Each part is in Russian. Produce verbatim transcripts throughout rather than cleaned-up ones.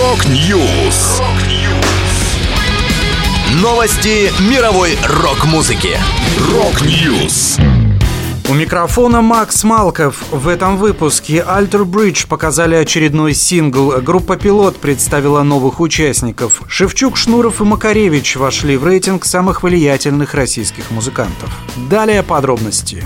Рок-Ньюс. Новости мировой рок-музыки. Рок-Ньюс. У микрофона Макс Малков. В этом выпуске Alter Bridge показали очередной сингл. Группа «Пилот» представила новых участников. Шевчук, Шнуров и Макаревич вошли в рейтинг самых влиятельных российских музыкантов. Далее подробности.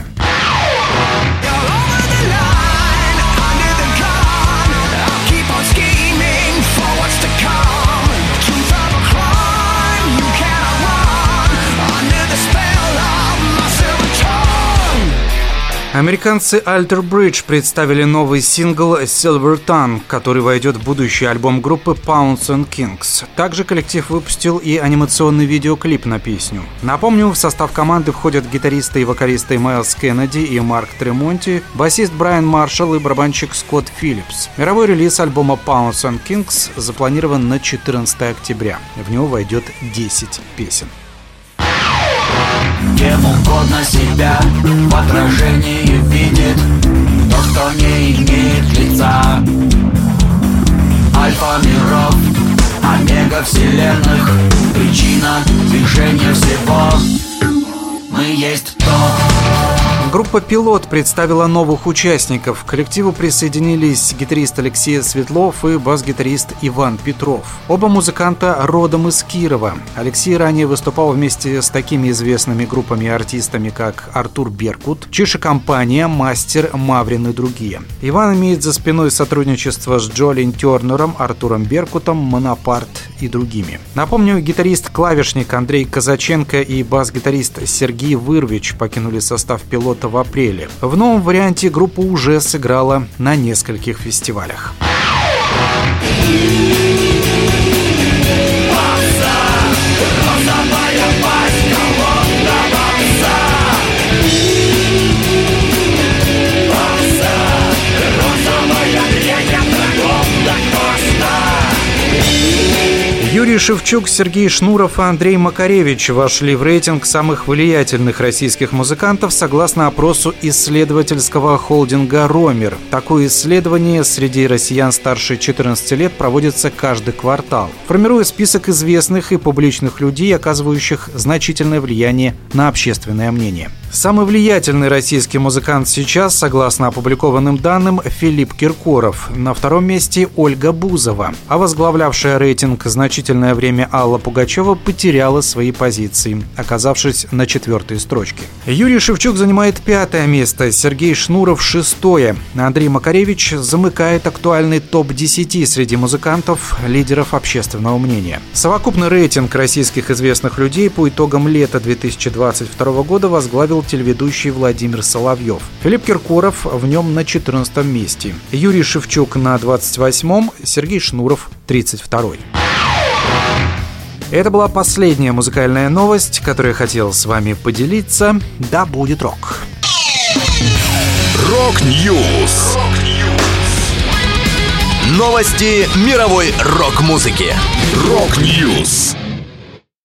Американцы Alter Bridge представили новый сингл «Silver Tongue», который войдет в будущий альбом группы Pounds and Kings. Также коллектив выпустил и анимационный видеоклип на песню. Напомню, в состав команды входят гитаристы и вокалисты Майлз Кеннеди и Марк Тремонти, басист Брайан Маршалл и барабанщик Скотт Филлипс. Мировой релиз альбома Pounds and Kings запланирован на четырнадцатое октября. В него войдет десять песен. Кем угодно себя в отражении видит тот, кто не имеет лица. Альфа миров, омега вселенных, причина движения всего. Мы есть то. Группа «Пилот» представила новых участников. К коллективу присоединились гитарист Алексей Светлов и бас-гитарист Иван Петров. Оба музыканта родом из Кирова. Алексей ранее выступал вместе с такими известными группами и артистами, как Артур Беркут, Чиж и компания, Мастер, Маврин и другие. Иван имеет за спиной сотрудничество с Джо Лин Тернером, Артуром Беркутом, Монопарт и другими. Напомню, гитарист-клавишник Андрей Казаченко и бас-гитарист Сергей Вырвич покинули состав «Пилота» в апреле. В новом варианте группа уже сыграла на нескольких фестивалях. Юрий Шевчук, Сергей Шнуров и Андрей Макаревич вошли в рейтинг самых влиятельных российских музыкантов согласно опросу исследовательского холдинга «Ромер». Такое исследование среди россиян старше четырнадцати лет проводится каждый квартал, формируя список известных и публичных людей, оказывающих значительное влияние на общественное мнение. Самый влиятельный российский музыкант сейчас, согласно опубликованным данным, Филипп Киркоров. На втором месте Ольга Бузова. А возглавлявшая рейтинг значительное время Алла Пугачева потеряла свои позиции, оказавшись на четвертой строчке. Юрий Шевчук занимает пятое место, Сергей Шнуров – шестое. Андрей Макаревич замыкает актуальный топ десять среди музыкантов, лидеров общественного мнения. Совокупный рейтинг российских известных людей по итогам лета две тысячи двадцать второго года возглавил телеведущий Владимир Соловьев. Филипп Киркоров в нем на четырнадцатом месте. Юрий Шевчук на двадцать восьмом, Сергей Шнуров тридцать второй. Это была последняя музыкальная новость, которую я хотел с вами поделиться. Да будет рок! Рок-Ньюс. Новости мировой рок-музыки. Рок-Ньюс.